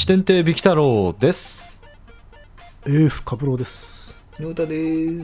天亭ビキ太郎です。 AF カブロです。 のうたです。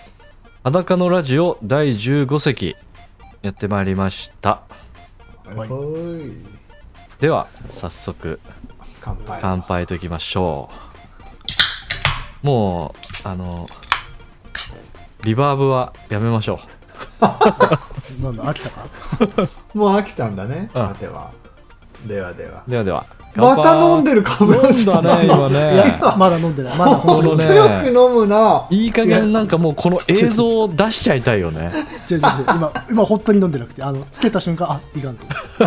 裸のラジオ第15席やってまいりました。 はい、 では早速乾杯といきましょう。もうリバーブはやめましょう。なんだ飽きたかもう飽きたんだね。さてはではまた飲んでるかも飲んだね今ね。 いやまだ飲んでない。まだこのねよく飲むな。 いい加減なんかもうこの映像を出しちゃいたいよね。 違う今本当に飲んでなくてつけた瞬間いかんと。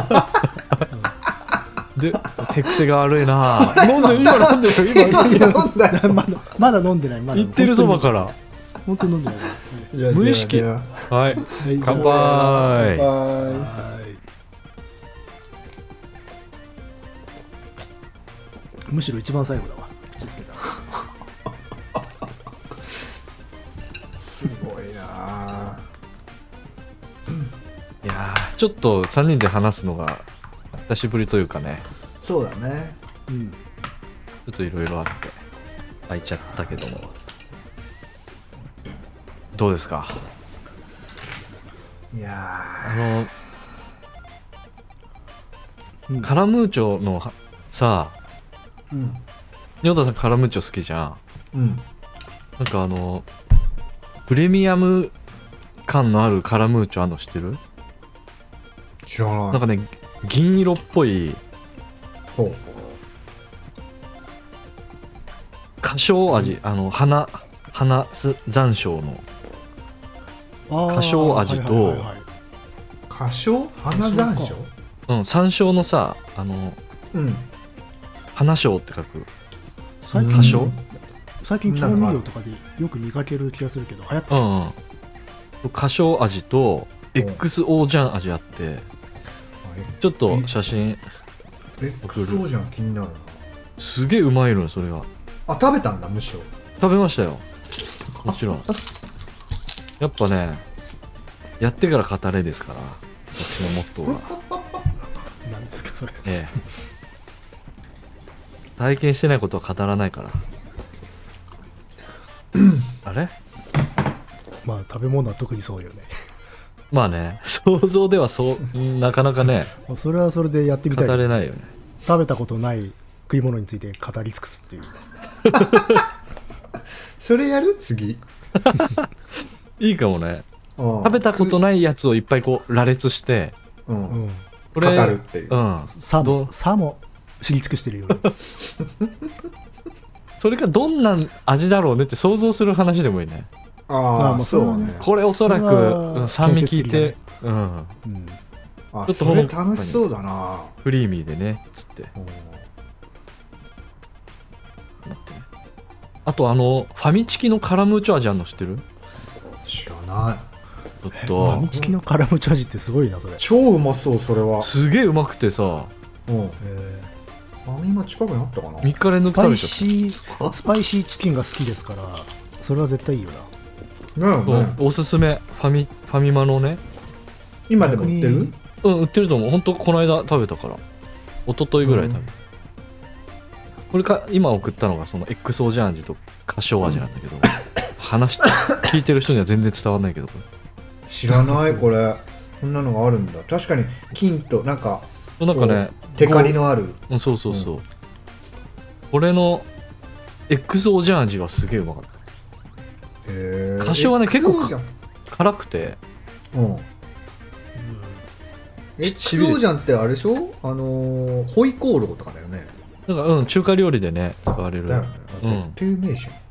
で手癖が悪いな。飲んでる今まだ飲んでない。 言ってるそばから本当に飲んでない。 無意識。はい、乾杯。 むしろ一番最後だわ。口つけた。 すごいな。 いやーちょっと3人で話すのが久しぶりというかね。 そうだね。 うん。 ちょっといろいろあって空いちゃったけども、どうですか。 いやカラムーチョのさ、ニョータさんカラムーチョ好きじゃん。なんかプレミアム感のあるカラムーチョ知ってる？ 知らない。 なんかね銀色っぽい花椒味、花山椒の花椒味と、 花椒？花山椒？ 山椒のさ花椒って書く花椒。 最近調味料とかでよく見かける気がするけど流行ってる。 花椒味と XO ジャン味あって、ちょっと写真送る。 XO ジャン気になるな。 すげえうまいのよそれが。 食べたんだ。むしろ食べましたよ、もちろん。やっぱねやってから語れですから、私のモットーは。 何ですかそれ。 体験してないことは語らないから。あれ？ まあ食べ物は特にそうよね。 まあね、想像ではそうなかなかねそれはそれでやってみたい。 語れないよね。 食べたことない食い物について語り尽くすっていう。 それやる？次いいかもね。食べたことないやつをいっぱいこう羅列して、 これ語るっていう。 さも知り尽くしてるよね。 それがどんな味だろうねって想像する話でもいいね。 そうね。 これおそらく酸味効いて、ちょっとそれ楽しそうだな。 クリーミーでねつって。あとファミチキのカラムーチョ味あるの知ってる？ 知らない。 ちょっとファミチキのカラムーチョ味ってすごいなそれ。 超うまそう。それはすげえうまくてさ。 今近くにあったかな。 3日連続食べちゃった。 スパイシーチキンが好きですからそれは絶対いいよな。 おすすめ。ファミマのね。 今でも売ってる？ 売ってると思う。本当この間食べたから。一昨日ぐらい食べた。これか今送ったのがその XO ジャン味と花椒味なんだけど、聞いてる人には全然伝わらないけど、これ知らないこれ。こんなのがあるんだ。確かに金となんかねテカリのある。 そう、これの XO ジャン味はすげえうまかった。花椒はね結構辛くて。 XO ジャンってあれでしょ？ホイコーローとかだよね。 なんか中華料理でね使われる。 だよね。絶対うめえじゃん。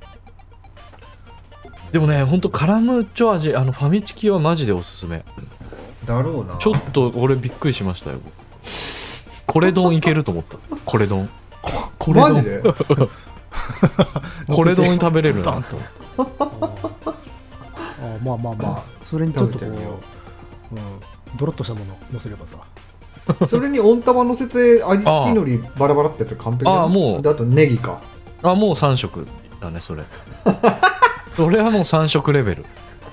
でもねほんとカラムーチョ味ファミチキはマジでおすすめだろうな。 ちょっと俺びっくりしましたよ。これ丼いけると思った。これ丼マジでこれ丼食べれるなと思った。 まあそれにちょっとこうドロッとしたもの乗せればさ。 それに温玉乗せて味付きのりバラバラってやって完璧だ。 もうあとネギか。 もう3色だねそれ。それはもう3色レベル。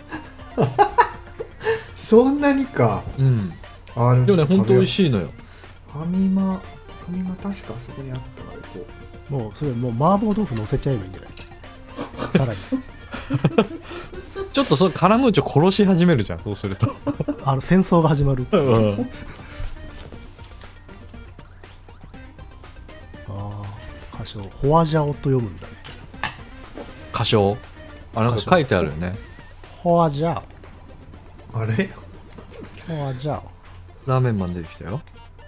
そんなにか。 でもねほんと美味しいのよ。 ファミマ確かそこにあったから行こもうそれもう麻婆豆腐乗せちゃえばいいんじゃないさらにちょっとそれカラムーチョ殺し始めるじゃん、そうすると戦争が始まるって歌唱ホワジャオと読むんだね。 歌唱なんか書いてあるよね。 ホワジャオ、あれホワジャオ、 ラーメンマン出てきたよ。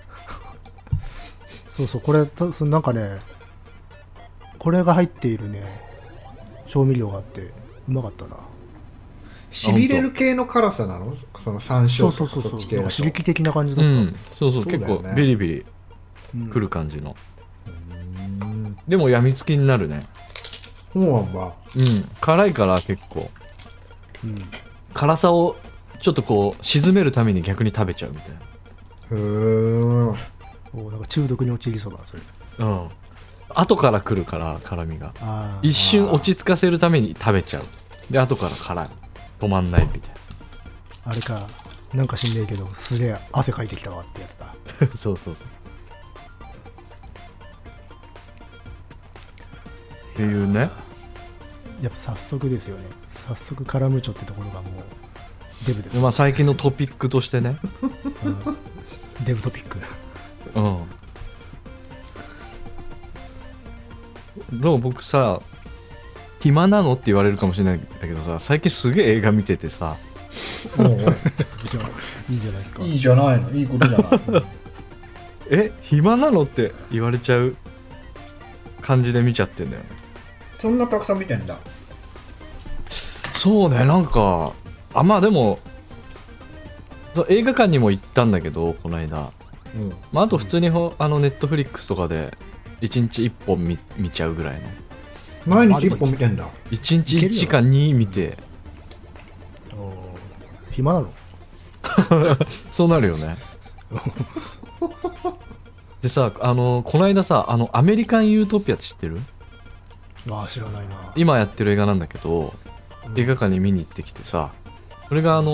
そうこれなんかね、これが入っているね調味料があってうまかったな。 しびれる系の辛さなの？その山椒とかそっち系だと。 刺激的な感じだった。 そう結構ビリビリくる感じの。でもやみつきになるね。 そうなんだ。 辛いから結構、辛さをちょっとこう沈めるために逆に食べちゃうみたいな。 なんか中毒に陥りそうだなそれ。 後から来るから辛みが一瞬落ち着かせるために食べちゃう。で後から辛い、止まんないみたいな。あれか、なんか知んねえけどすげえ汗かいてきたわってやつだそうっていうね。 やっぱ早速ですよね。早速カラムーチョってところがもうデブです、 まあ最近のトピックとしてね、 デブトピック。 でも僕さ、暇なのって言われるかもしれないんだけどさ、最近すげえ映画見ててさいいじゃないですか。 いいじゃないの、いいことじゃない暇なのって言われちゃう感じで見ちゃってんだよね。 そんなたくさん見てんだ。 そうね、なんかまあでも映画館にも行ったんだけどこの間、あと普通にネットフリックスとかで1日1本 見ちゃうぐらいの。 毎日1本見てんだ。 1日1時間2見て。 暇なのそうなるよねでさ、この間さ、アメリカンユートピアって知ってる？ 知らないな。今やってる映画なんだけど、映画館に見に行ってきてさ、それが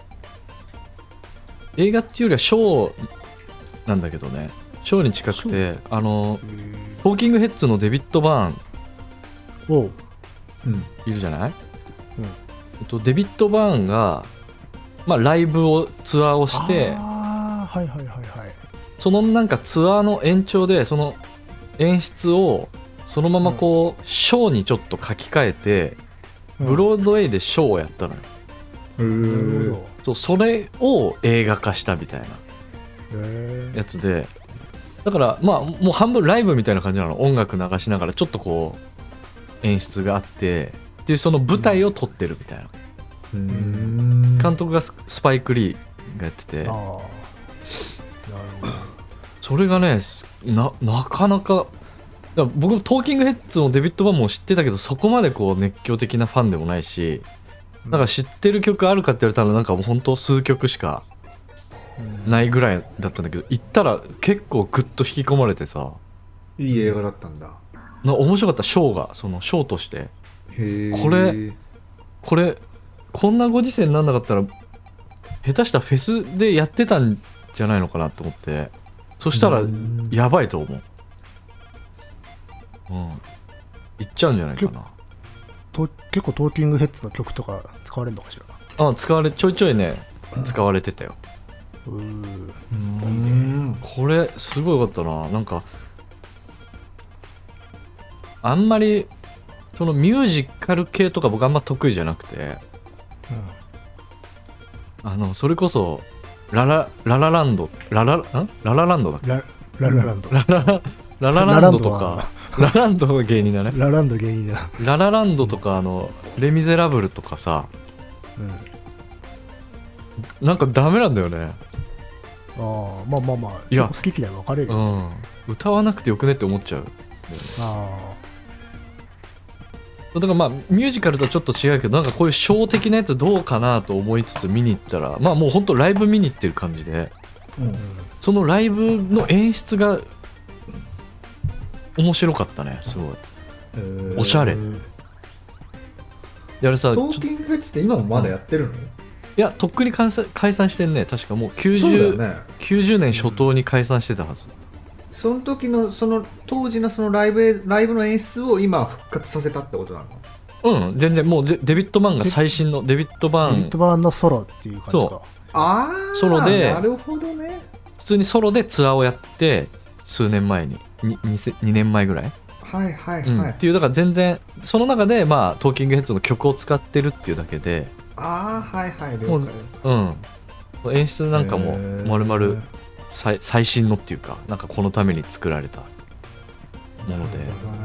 映画っていうよりはショーなんだけどね、ショーに近くて、トーキングヘッズのデビッド・バーンいるじゃない？デビッド・バーンが、ライブツアーをして、そのなんかツアーの延長でその演出をそのままこう、ショーにちょっと書き換えて、ブロードウェイでショーをやったのよ。それを映画化したみたいなやつで、だからもう半分ライブみたいな感じなの。音楽流しながらちょっとこう演出があって、でその舞台を撮ってるみたいな。監督がスパイク・リーがやってて、なるほど。それがね、なかなか、僕もトーキングヘッズもデビッド・バーンも知ってたけど、そこまでこう熱狂的なファンでもないし、なんか知ってる曲あるかって言われたらなんかもう本当数曲しかないぐらいだったんだけど、行ったら結構グッと引き込まれてさ。 いい映画だったんだ。 面白かった。ショーがそのショーとして、これこんなご時世になんなかったら下手したらフェスでやってたんじゃないのかなと思って、そしたらやばいと思う。いっちゃうんじゃないかな。 結構トーキングヘッズの曲とか使われるのかしら。 ちょいちょいね使われてたよ。いいね。これすごい良かったな。なんかあんまりそのミュージカル系とか僕あんま得意じゃなくて、それこそララランドだっけ？ララランドとか、ラランドが芸人だね。 ラランド芸人だ。 ララランドとかレ・ミゼラブルとかさ、なんかダメなんだよね。 まあいや好き嫌い分かれるよね。 歌わなくてよくねって思っちゃう。だからミュージカルとはちょっと違うけど、なんかこういうショー的なやつどうかなと思いつつ見に行ったら、もうほんとライブ見に行ってる感じで、そのライブの演出が面白かったね。すごいおしゃれ。あれさ、 トーキングヘッズって今もまだやってるの？ いや、とっくに解散してんね。確かもう90年初頭に解散してたはず。 その時のその当時のそのライブの演出を今復活させたってことなの？ 全然もうデビッド・バーンが最新のデビッド・バーンのソロっていう感じか。 そうああソロでなるほどね。 普通にソロでツアーをやって数年前に 2年前ぐらい、 はいはいはい、 っていうだから全然その中でまあトーキングヘッズの曲を使ってるっていうだけで、 ああはいはいもう演出なんかもまるまる最新のっていうかなんかこのために作られたもので、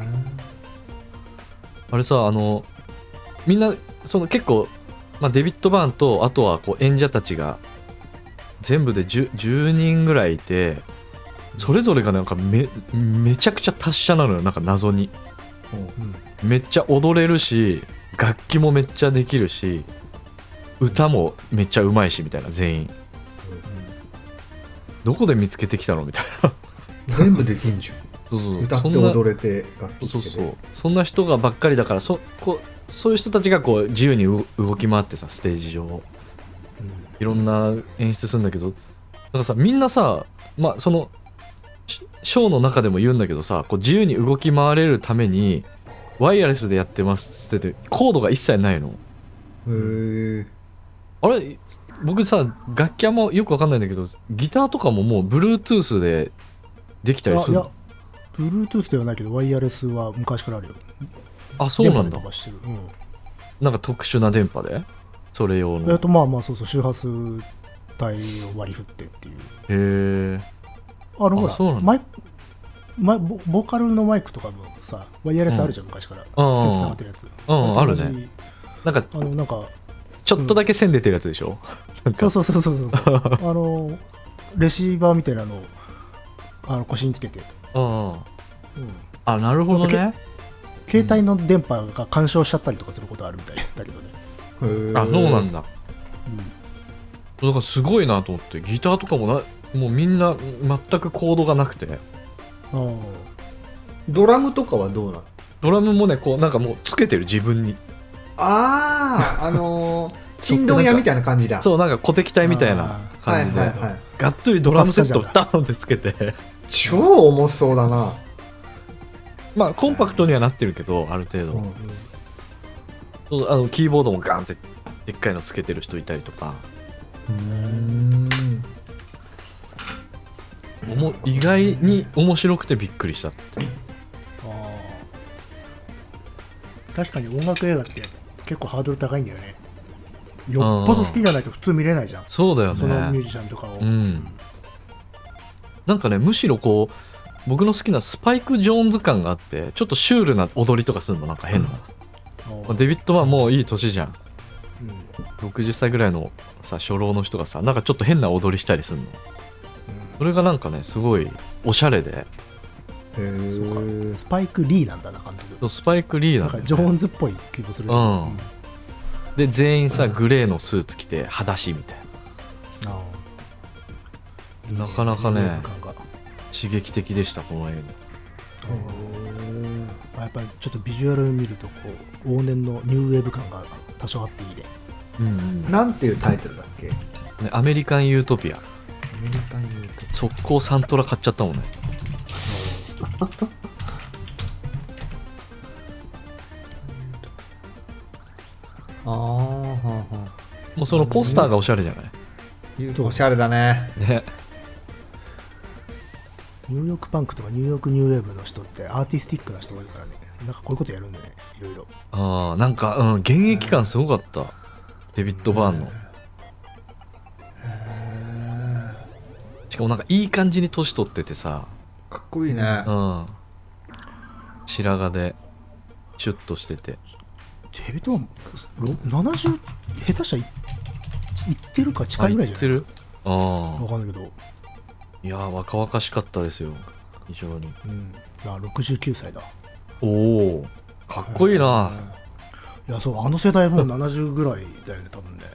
あれさみんなその結構、まあ、デビッド・バーンとあとはこう演者たちが全部で 10人ぐらいいて、それぞれがなんか めちゃくちゃ達者なのよ。なんか謎に、めっちゃ踊れるし楽器もめっちゃできるし歌もめっちゃうまいしみたいな全員、どこで見つけてきたのみたいな全部できんじゃん。 そう歌って踊れて楽器そうそんな人がばっかりだからそういう人たちがこう自由に動き回ってさステージ上をいろんな演出するんだけど、なんかさみんなさ、まあそのショーの中でも言うんだけどさ、こう自由に動き回れるためにワイヤレスでやってますって言ってコードが一切ないの。 へえ。 あれ僕さ楽器あんまよく分かんないんだけど、ギターとかももう Bluetooth でできたりするの？ いや Bluetooth ではないけどワイヤレスは昔からあるよ。 あ、そうなんだ。 電波で飛ばしてる、 なんか特殊な電波でそれ用の。 まあまあそう周波数帯を割り振ってっていう。 へえ。 ほらボーカルのマイクとかもさワイヤレスあるじゃん、昔から線つながってるやつ。 あるね。なんかちょっとだけ線出てるやつでしょ、 そうレシーバーみたいなのを腰につけて、 あ、なるほどね。 携帯の電波が干渉しちゃったりとかすることあるみたいだけどね。 あ、そうなんだ。だからすごいなと思って、ギターとかももうみんな全くコードがなくて。 ドラムとかはどうなの？ ドラムもね、こうなんかもうつけてる自分に。 チンドン屋みたいな感じだ。 そう、なんか鼓笛隊みたいな感じで、がっつりドラムセットをダーンってつけて超重そうだな。 まあコンパクトにはなってるけどある程度、キーボードもガーンってでっかいのつけてる人いたりとか、意外に面白くてびっくりしたって。 確かに音楽映画って結構ハードル高いんだよね。よっぽど好きじゃないと普通見れないじゃん。 そうだよね。 そのミュージシャンとかを、なんかね、むしろこう僕の好きなスパイク・ジョーンズ感があって、ちょっとシュールな踊りとかするの、なんか変な、デビッドはもういい年じゃん、60歳ぐらいのさ初老の人がさ、なんかちょっと変な踊りしたりするの、それがなんかねすごいおしゃれで。 スパイク・リーなんだな、監督。 スパイク・リーなんだ、ね、 ジョーンズっぽい気もする、 で全員さグレーのスーツ着て裸足みたいな、なかなかね刺激的でしたこの映画。やっぱりちょっとビジュアルを見るとこう往年のニューウェーブ感が多少あっていいで、 なんていうタイトルだっけ？ アメリカン・ユートピア。速攻サントラ買っちゃったもんね。もうそのポスターがおしゃれじゃない？ おしゃれだね。 ニューヨークパンクとかニューヨークニューウェーブの人ってアーティスティックな人多いからね、なんかこういうことやるんだね、いろいろ。 なんか現役感すごかった、デビッド・バーンの。しかもなんかいい感じに年取っててさ、 かっこいいね。 白髪でシュッとしてて。 デビッド・バーン70下手したらいってるか近いぐらいじゃない？いってる？分かんないけど、 いや若々しかったですよ、非常に。 69歳だ。 おお、かっこいいな。 いや、そう、あの世代もう70ぐらいだよね、多分ね。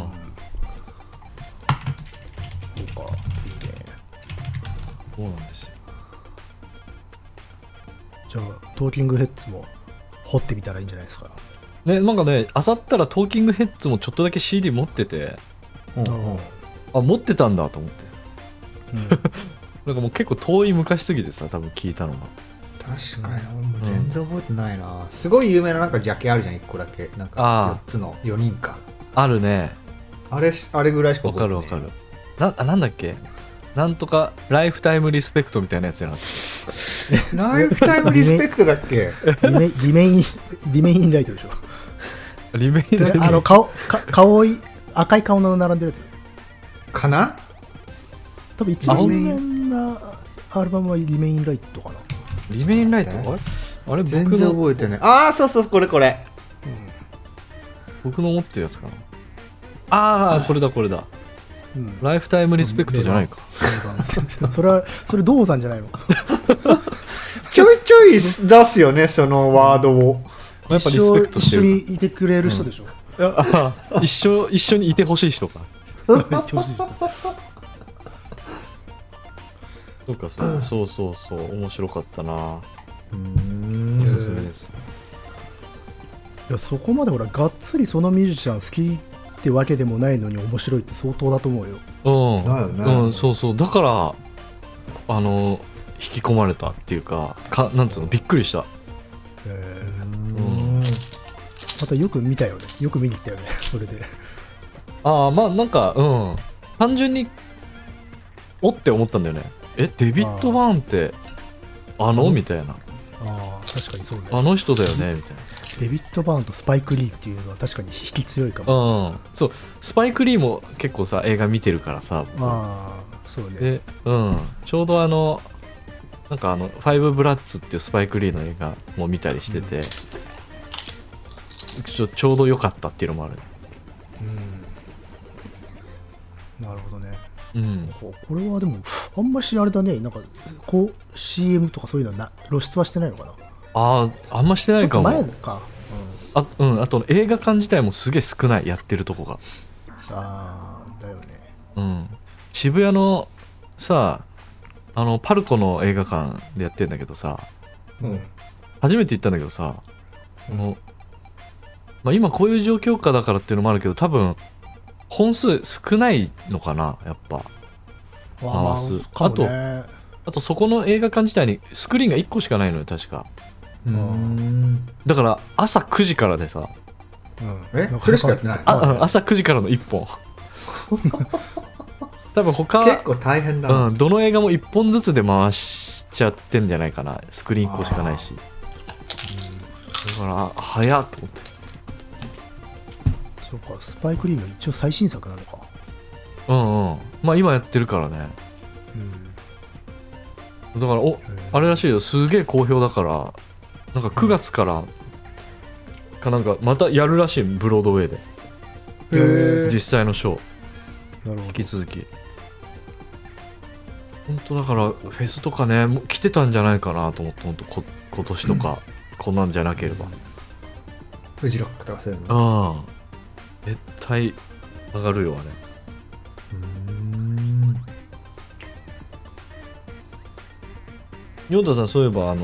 そうか、いいね。 そうなんですよ。 じゃあトーキングヘッズも掘ってみたらいいんじゃないですかね。なんかね、漁ったらトーキングヘッズもちょっとだけ CD 持ってて、持ってたんだと思って、 なんかもう結構遠い昔すぎてさ、多分聞いたのが。 確かにもう全然覚えてないな、すごい有名ななんかジャケあるじゃん、1個だけ、なんか4つの4人かあるね。 あれぐらいしか覚えてない。 わかるなんだっけ、なんとかライフタイムリスペクトみたいなやつやな。 ライフタイムリスペクトだっけリメインライトでしょ。 リメインライト、 顔赤い顔の並んでるやつかな。 多分一番有名なアルバムはリメインライトかな。 リメインライト、あれ全然覚えてない。ああ、そうそう、これ、 僕の持ってるやつかな。ああ、これだ、ライフタイムリスペクトじゃないか。 それ銅山じゃないの。 ちょいちょい出すよね、そのワードを。 やっぱリスペクトしてる。 一緒にいてくれる人でしょ。 一緒にいてほしい人か。そうか、そう面白かったな。おすすめです。 いや、そこまでほらがっつりそのミュージシャン好きってわけでもないのに面白いって相当だと思うよ。 だよね。 そうだから引き込まれたっていうか、なんつうの、びっくりした。 またよく見たよね。よく見に行ったよね。それで。 まあなんか単純におって思ったんだよね。デビッド・バーンってみたいな。 確かにそうね。 あの人だよねみたいな。 デビッド・バーンとスパイク・リーっていうのは確かに引き強いかも。 そうスパイク・リーも結構さ映画見てるからさ。 そうね。 でちょうどなんかファイブ・ブラッツっていうスパイク・リーの映画も見たりしてて、ちょうど良かったっていうのもある。 なるほどね。 これはでもあんましあれだね、なんかこう CM とかそういうのは露出はしてないのかな。 あんましてないかも。 前か。 あと映画館自体もすげえ少ない、やってるとこが。 だよね。 渋谷のさ、パルコの映画館でやってんだけどさ、初めて行ったんだけどさ、今こういう状況下だからっていうのもあるけど、多分本数少ないのかな、やっぱ回す。あとそこの映画館自体にスクリーンが1個しかないのよ確か。だから朝9時からでさ、 それしかやってない。 朝9時からの1本。多分他結構大変だな。 どの映画も1本ずつで回しちゃってんじゃないかな。スクリーン1個しかないし。だから早っと思って。 そうか、スパイク・リーの一応最新作なのか。 まあ今やってるからね。だからあれらしいよ、すげえ好評だから、なんか9月からなんかまたやるらしい、ブロードウェイで。実際のショー引き続き。本当だからフェスとかね、もう来てたんじゃないかなと思って、本当今年とかこんなんじゃなければ。 フジロックとかそういうの。 絶対上がるよあれ。ヨタさん、そういえば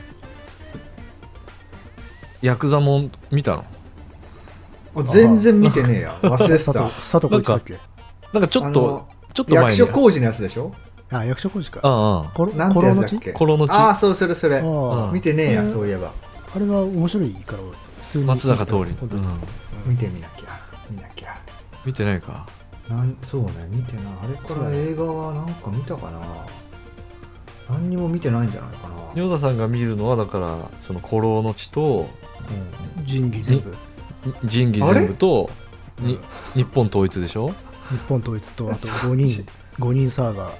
ヤクザもん見たの？ 全然見てねえや、忘れてた。 佐藤浩市だっけ？ なんかちょっと前に役所広司のやつでしょ。 役所広司か。 なんてやつだっけ？ コロのち。 それ見てねえや、そういえば。 あれは面白いから普通に松坂桃李。 見てみなきゃ。 見てないか。 そうね、見てない。あれから映画はなんか見たかな。何にも見てないんじゃないかな。 ヨタさんが見るのはだからその古老の地と仁義全部と日本統一でしょ。 日本統一とあと5人サーガー。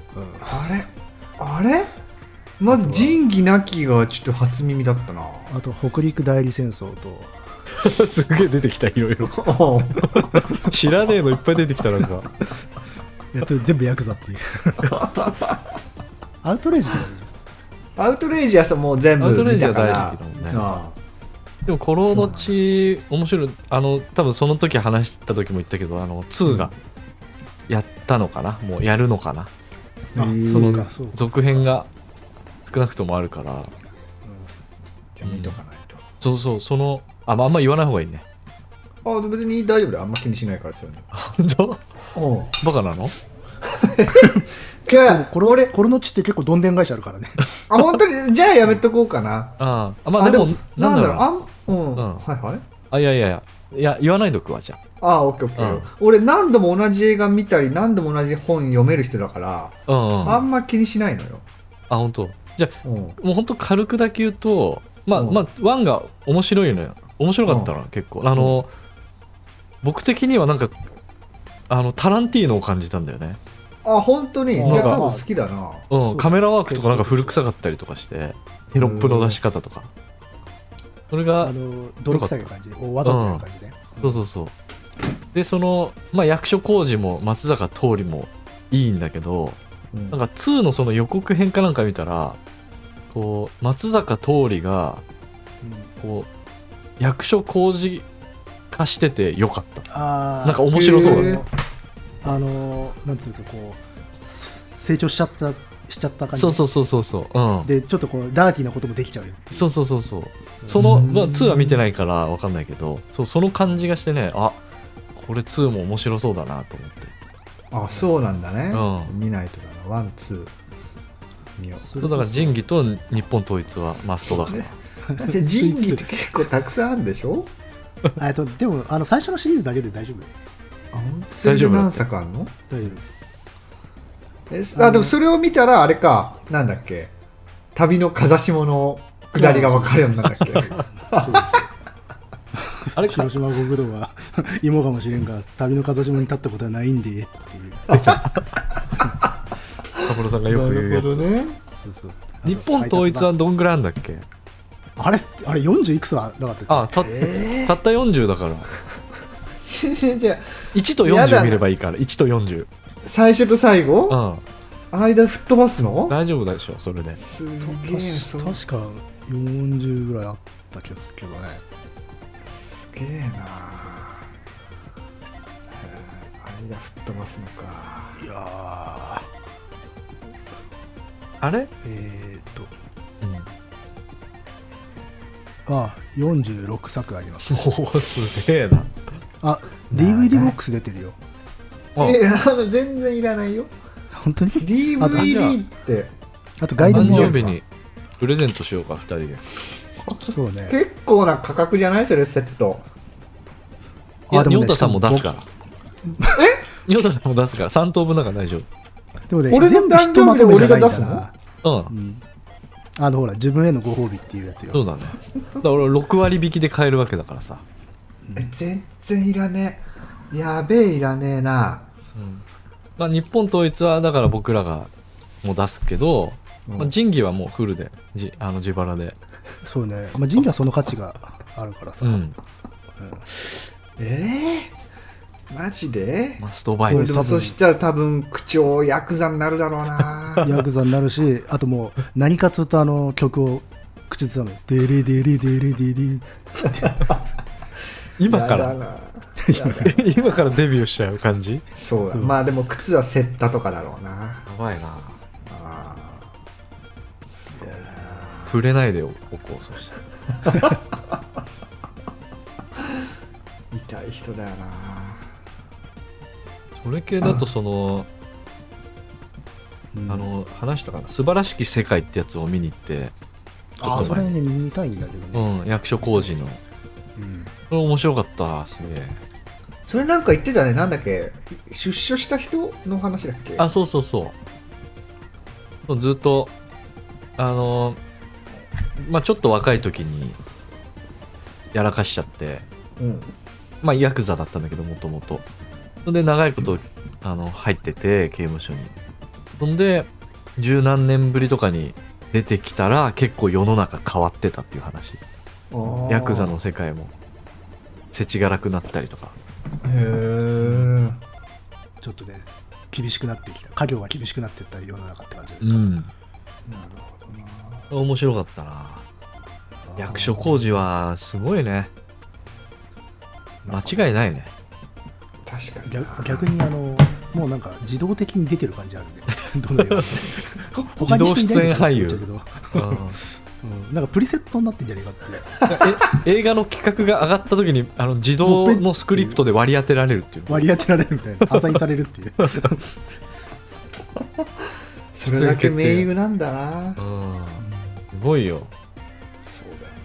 あれまず仁義なきがちょっと初耳だったな。 あと北陸代理戦争とすげえ出てきた、いろいろ。知らねえのいっぱい出てきた。なんか全部ヤクザっていう。アウトレイジとかでしょ。アウトレイジはもう全部見たから。 アウトレイジは大好きだもんね。でも古老の地面白い。多分その時話した時も言ったけど、2がやったのかな、もうやるのかな。その続編が少なくともあるから、 じゃあ見とかないと。 そのあんま言わない方がいいね。 別に大丈夫だよ、あんま気にしないからですよね。 本当？バカなの？ これの地って結構どんでん返しあるからね。 あ、本当にじゃあやめとこうかな。 ああ、まあでもなんだろう、はいはい。 あ、いや言わないとくわじゃあ。 オッケー。俺何度も同じ映画見たり何度も同じ本読める人だから、あんま気にしないのよ。 あ、本当。じゃあ、もう本当軽くだけ言うと、まあ1が面白いのよ。面白かったな、結構。僕的にはなんかタランティーノを感じたんだよね。 あ、本当に。なんか好きだな。 カメラワークとかなんか古臭かったりとかして、テロップの出し方とか。それが泥臭い感じ、わざとやる感じね。 そう。で役所広司も松坂桃李もいいんだけど、なんか2のその予告編かなんか見たら、こう松坂桃李がこう役所広司化しててよかった。なんか面白そうだね。 なんつうかこう成長しちゃった感じ。 そう。 でちょっとこうダーティーなこともできちゃうよっていう。 そう。その2は見てないから分かんないけど、その感じがしてね、あ、これ2も面白そうだなと思って。 あ、そうなんだね。見ないとだな。1、2見よう。 そうだから仁義と日本統一はマストだから。 仁義って結構たくさんあるんでしょ。 でも最初のシリーズだけで大丈夫。 それで何作あんの？ 大丈夫。でもそれを見たらあれか、なんだっけ、旅の風下の下りが分かるようになったっけ。 あれ広島国土は芋かもしれんが旅の風下に立ったことはないんでっていう。 カポロさんがよく言うやつ。なるほどね。そう。日本統一はどんぐらいあんだっけ？ あれ40いくつはなかったっけ？ たった40だから。じゃ1と40見ればいいから。1と40。 最初と最後？間吹っ飛ばすの？ 大丈夫でしょそれで。 すげえ。 確か40ぐらいあった気がするけどね。 すげえな。間吹っ飛ばすのか。 いやあれ 46作あります。 すげえな。 DVD ボックス出てるよ。 全然いらないよ。 本当に？ DVD ってあとガイドも誕生日にプレゼントしようか2人で。 そうね。 結構な価格じゃないそれセット。 仁田さんも出すから。仁田さんも出すから3等分なんか大丈夫。でもね、 俺の誕生日で俺が出すの？ ほら自分へのご褒美っていうやつよ。 そうだね。だから俺6割引きで買えるわけだからさ。 全然いらねえ。やべえいらねえな。 日本統一はだから僕らがもう出すけど、仁義はもうフルで自腹で。 そうね。仁義はその価値があるからさ。 マジで？ マストバイで。 そしたら多分口調ヤクザになるだろうな。 ヤクザになるし、あともう何かつうと曲を口ずさむ。デリデリデリデリ。 今から今からデビューしちゃう感じ。 そうだ。まあでも靴はセッタとかだろうな。やばいな。すごいな。触れないでおこう。そしたら痛い人だよな。 それ系だと話したかな、素晴らしき世界ってやつを見に行って、 それね見たいんだけどね。 役所広司の、それ面白かった。すげえ。 それなんか言ってたね。なんだっけ、出所した人の話だっけ？ そうずっとちょっと若い時にやらかしちゃって、ヤクザだったんだけどもともと。で長いこと入ってて刑務所に。そんで十何年ぶりとかに出てきたら結構世の中変わってたっていう話。ヤクザの世界も世知辛くなったりとか。 ちょっとね厳しくなってきた。家業が厳しくなっていった世の中って感じで。 なるほどな。 面白かったな。役所広司はすごいね。間違いないね。 確かに。 逆にもうなんか自動的に出てる感じあるね。どのように自動出演俳優。 なんかプリセットになってんじゃねえかっていう。映画の企画が上がった時に自動のスクリプトで割り当てられるっていう。 割り当てられるみたいな。アサインされるっていう。 それだけ名優なんだな。 すごいよ。 そうだよな。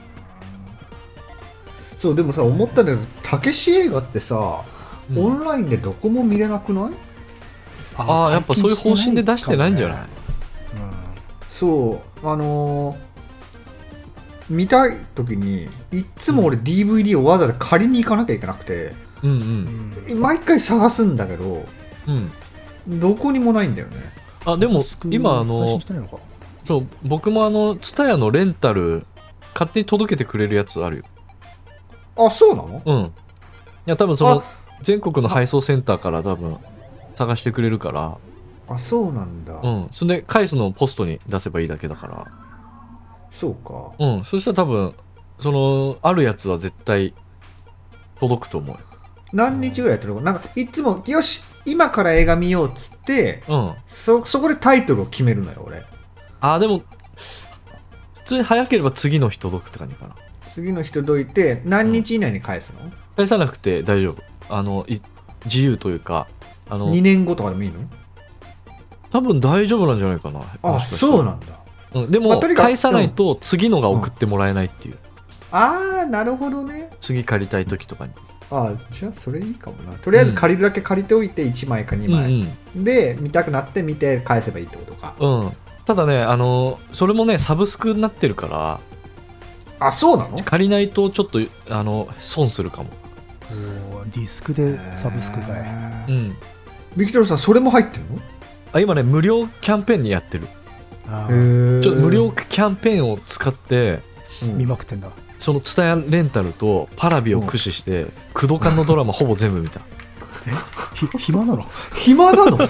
そうでもさ、思ったんだけど、たけし映画ってさ、オンラインでどこも見れなくない？ ああ、やっぱそういう方針で出してないんじゃない？ そう見たい時にいつも俺 DVD をわざわざ借りに行かなきゃいけなくて、毎回探すんだけど、どこにもないんだよね。 あ、でも今そう僕もTSUTAYAのレンタル勝手に届けてくれるやつあるよ。 あ、そうなの？ いや多分その全国の配送センターから多分探してくれるから。 あ、そうなんだ。 それで返すのをポストに出せばいいだけだから。 そうか。 そしたら多分そのあるやつは絶対届くと思うよ。 何日ぐらいやってるの？なんかいつもよし今から映画見ようっつって、そこでタイトルを決めるのよ俺。あ、 でも普通に早ければ次の日届くって感じかな。 次の日届いて何日以内に返すの？ 返さなくて大丈夫。自由というか 2年後とかでもいいの？ 多分大丈夫なんじゃないかな。 あ、そうなんだ。 でも、返さないと次のが送ってもらえないっていう。 ああ、なるほどね。 次借りたい時とかに。 ああ、じゃあそれいいかもな。とりあえず借りるだけ借りておいて1枚か2枚、で見たくなって見て返せばいいってことか。 ただね、それもねサブスクになってるから。 あ、そうなの？ 借りないとちょっと損するかも。 ディスクでサブスクかい。 ビクトルさん、それも入ってるの？ 今ね無料キャンペーンにやってる。無料キャンペーンを使って見まくってんだ。 そのTSUTAYAレンタルとパラビを駆使してクドカンのドラマほぼ全部見た。 暇なの？ 暇なの？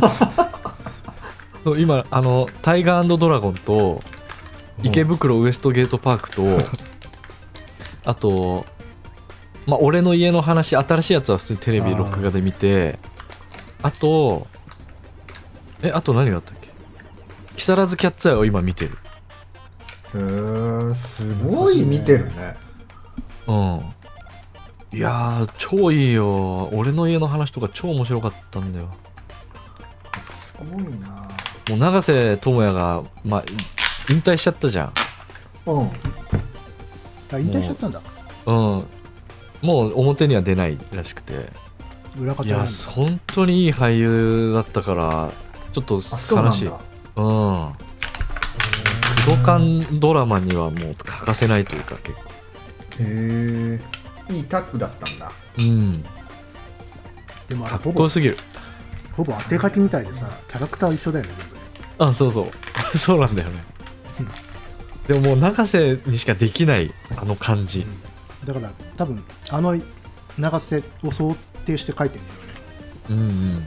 今タイガー&ドラゴンと池袋ウエストゲートパークとあと俺の家の話、新しいやつは普通にテレビ録画で見て、あと何があったっけ？木更津キャッツアイを今見てる。 すごい見てるね。 いやー超いいよ。俺の家の話とか超面白かったんだよ。 すごいな。 もう永瀬智也が引退しちゃったじゃん。 引退しちゃったんだ。 もう表には出ないらしくて。いや本当にいい俳優だったからちょっと悲しい。クドカンドラマにはもう欠かせないというか結構。 いいタッグだったんだ。 でもかっこよすぎる。 ほぼ当て書きみたいでさ、キャラクター一緒だよね。 そうそうそうなんだよね。でももう永瀬にしかできない感じ。 だから多分永瀬を想定して書いてるんだよね。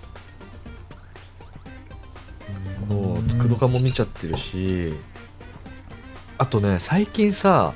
もうクドカンも見ちゃってるし、あとね最近さ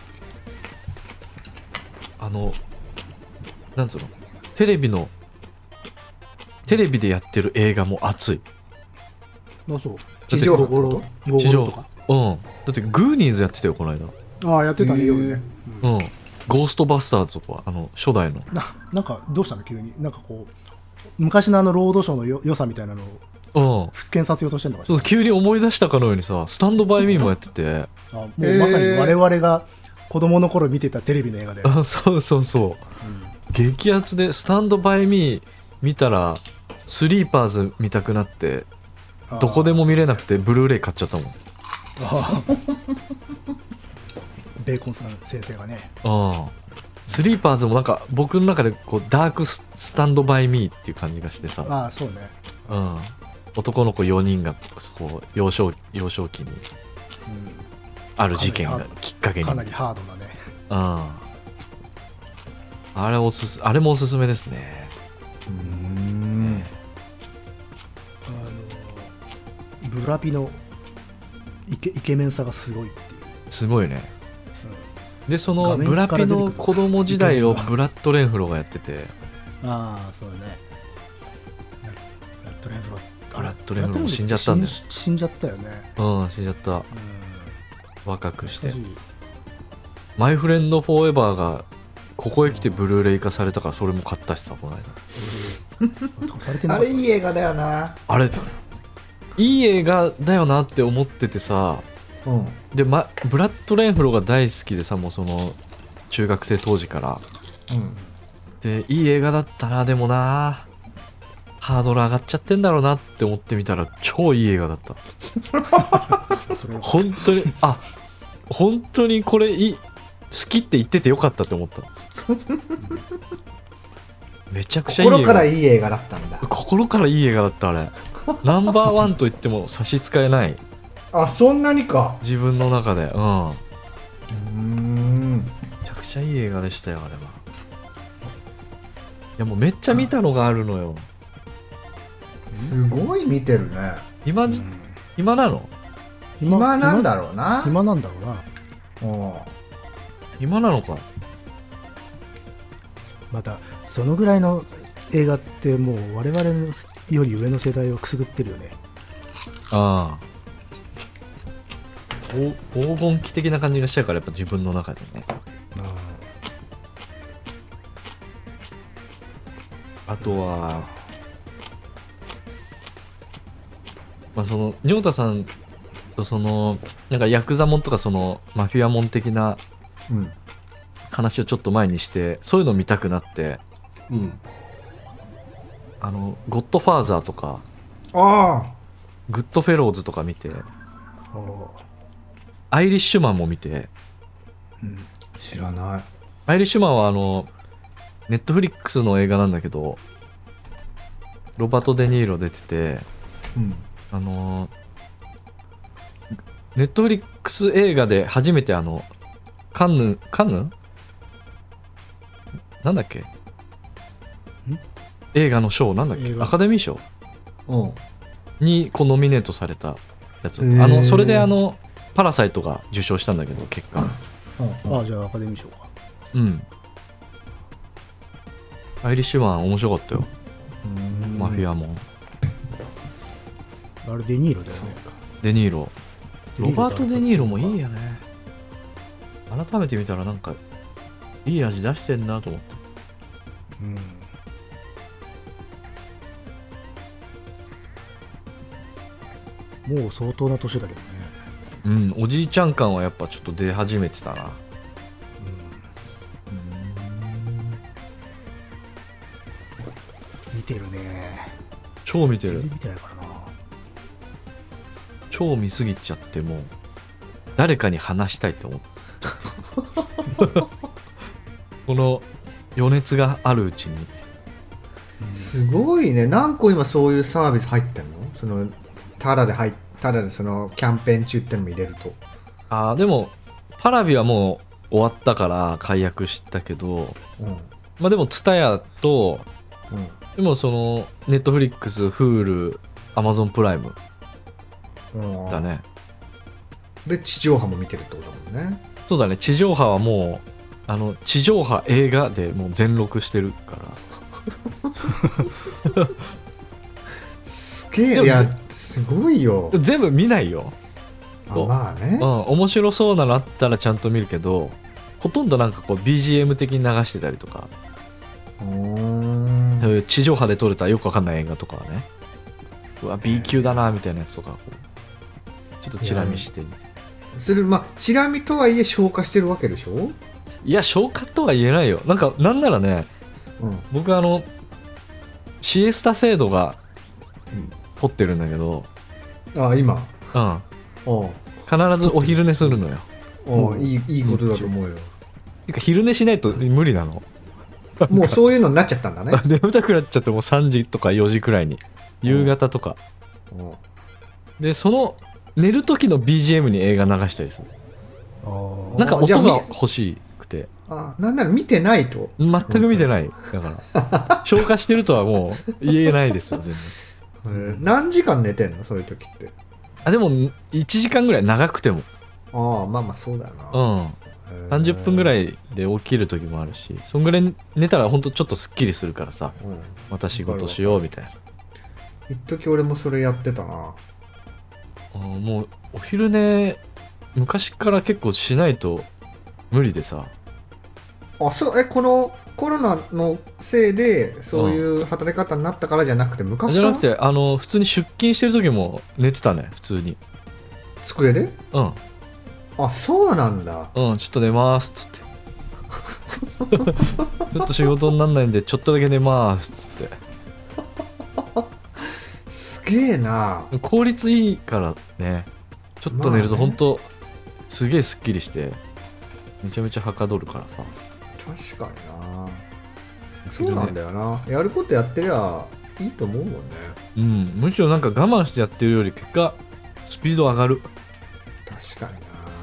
なんつうのテレビでやってる映画も熱い。 そう地上波とか。 だってグーニーズやってたよこの間。 やってたね、夜ね。 ゴーストバスターズとか初代のなんかどうしたの急に。なんかこう昔のロードショーの良さみたいなのを復権させようとしてんのかしら。 急に思い出したかのようにさ、スタンドバイミーもやっててもうまさに我々が子供の頃見てたテレビの映画で。 そう、激アツでスタンドバイミー見たらスリーパーズ見たくなってどこでも見れなくてブルーレイ買っちゃったもん。 ベーコンさん先生がね。 スリーパーズもなんか僕の中でこうダークスタンドバイミーっていう感じがしてさ。 そうね。 男の子4人がこう幼少期にある事件がきっかけにかなりハードだね。 あれもおすすめですね。 ブラピのイケメンさがすごいっていう。 すごいね。でそのブラピの子供時代をブラッド・レンフローがやってて。 そうだね。ブラッド・レンフロー死んじゃったんだよ。 死んじゃったよね。 死んじゃった。若くしてマイフレンド・フォーエバーがここへ来てブルーレイ化されたからそれも買ったしさこの間。 あれいい映画だよな。 あれいい映画だよなって思っててさ、で、ブラッド・レンフローが大好きでさ、もうその中学生当時から、でいい映画だったな。でもなハードル上がっちゃってんだろうなって思ってみたら超いい映画だった本当に本当にこれ好きって言っててよかったって思っためちゃくちゃいい映画。 心からいい映画だったんだ。 心からいい映画だったあれナンバーワンと言っても差し支えないそんなにか。 自分の中でめちゃくちゃいい映画でしたよあれは。いやもうめっちゃ見たのがあるのよ。 すごい見てるね。 暇なの？ 暇なんだろうな。 暇なんだろうな。暇なのか。 またそのぐらいの映画ってもう我々のより上の世代をくすぐってるよね。 黄金期的な感じがしちゃうからやっぱ自分の中でね。あとはその仁太さんとそのなんかヤクザモンとかそのマフィアモン的な話をちょっと前にして、そういうの見たくなって、ゴッドファーザーとかグッドフェローズとか見て、アイリッシュマンも見て、 知らない。 アイリッシュマンはネットフリックスの映画なんだけど、ロバート・デ・ニーロ出てて、ネットフリックス映画で初めてカンヌなんだっけ映画の賞なんだっけアカデミー賞にノミネートされたやつ。それでパラサイトが受賞したんだけど結果じゃあアカデミー賞か。 アイリッシュマン面白かったよ。マフィアもあれデニーロだよね。 デニーロ、ロバート・デニーロもいいよね。改めて見たらなんかいい味出してんなと思って。 もう相当な年だけどね。 おじいちゃん感はやっぱちょっと出始めてたな。 見てるね。 超見てる。 全然見てないからな。 超見すぎちゃってもう誰かに話したいって思ってこの余熱があるうちに。 すごいね。何個今そういうサービス入ってんの？そのタダでそのキャンペーン中ってのも入れると。 でもパラビはもう終わったから解約したけど、でもツタヤと、でもそのネットフリックス、Hulu、Amazon プライムだね。 で地上波も見てるってことだもんね。 そうだね。地上波はもう地上波映画でもう全録してるからすげえ。いやすごいよ。 全部見ないよ。 まあね。 面白そうなのあったらちゃんと見るけど、ほとんどなんかこう BGM 的に流してたりとか、地上波で撮れたよくわかんない映画とかはね、うわ B 級だなみたいなやつとかちょっとチラ見してみて。 それチラ見とはいえ消化してるわけでしょ。 いや消化とは言えないよ。なんならね、僕シエスタ制度が撮ってるんだけど、 今必ずお昼寝するのよ。 いいことだと思うよ。 てか昼寝しないと無理なの。 もうそういうのになっちゃったんだね。 眠たくなっちゃってもう3時とか4時くらいに、夕方とかで、その寝る時の BGM に映画流したりする。なんか音が欲しくて。 なんなら見てないと。 全く見てない。だから消化してるとはもう言えないですよ全然。何時間寝てんのそういう時って？ でも1時間ぐらい、長くても。 まあそうだよな。 30分ぐらいで起きる時もあるし、そんぐらい寝たらほんとちょっとすっきりするからさ、また仕事しようみたいな。 一時俺もそれやってたな。 もうお昼寝昔から結構しないと無理でさ。 そう、こコロナのせいでそういう働き方になったからじゃなくて、昔からじゃなくて普通に出勤してる時も寝てたね、普通に。 机で？ うん。 あ、そうなんだ。 うん、ちょっと寝ますっつってちょっと仕事になんないんでちょっとだけ寝ますっつってすげえな。 効率いいからね。ちょっと寝ると本当、すげえすっきりしてめちゃめちゃはかどるからさ。 確かにな。そうなんだよな。やることやってりゃいいと思うもんね。 うん、むしろなんか我慢してやってるより結果スピード上がる。 確かにな。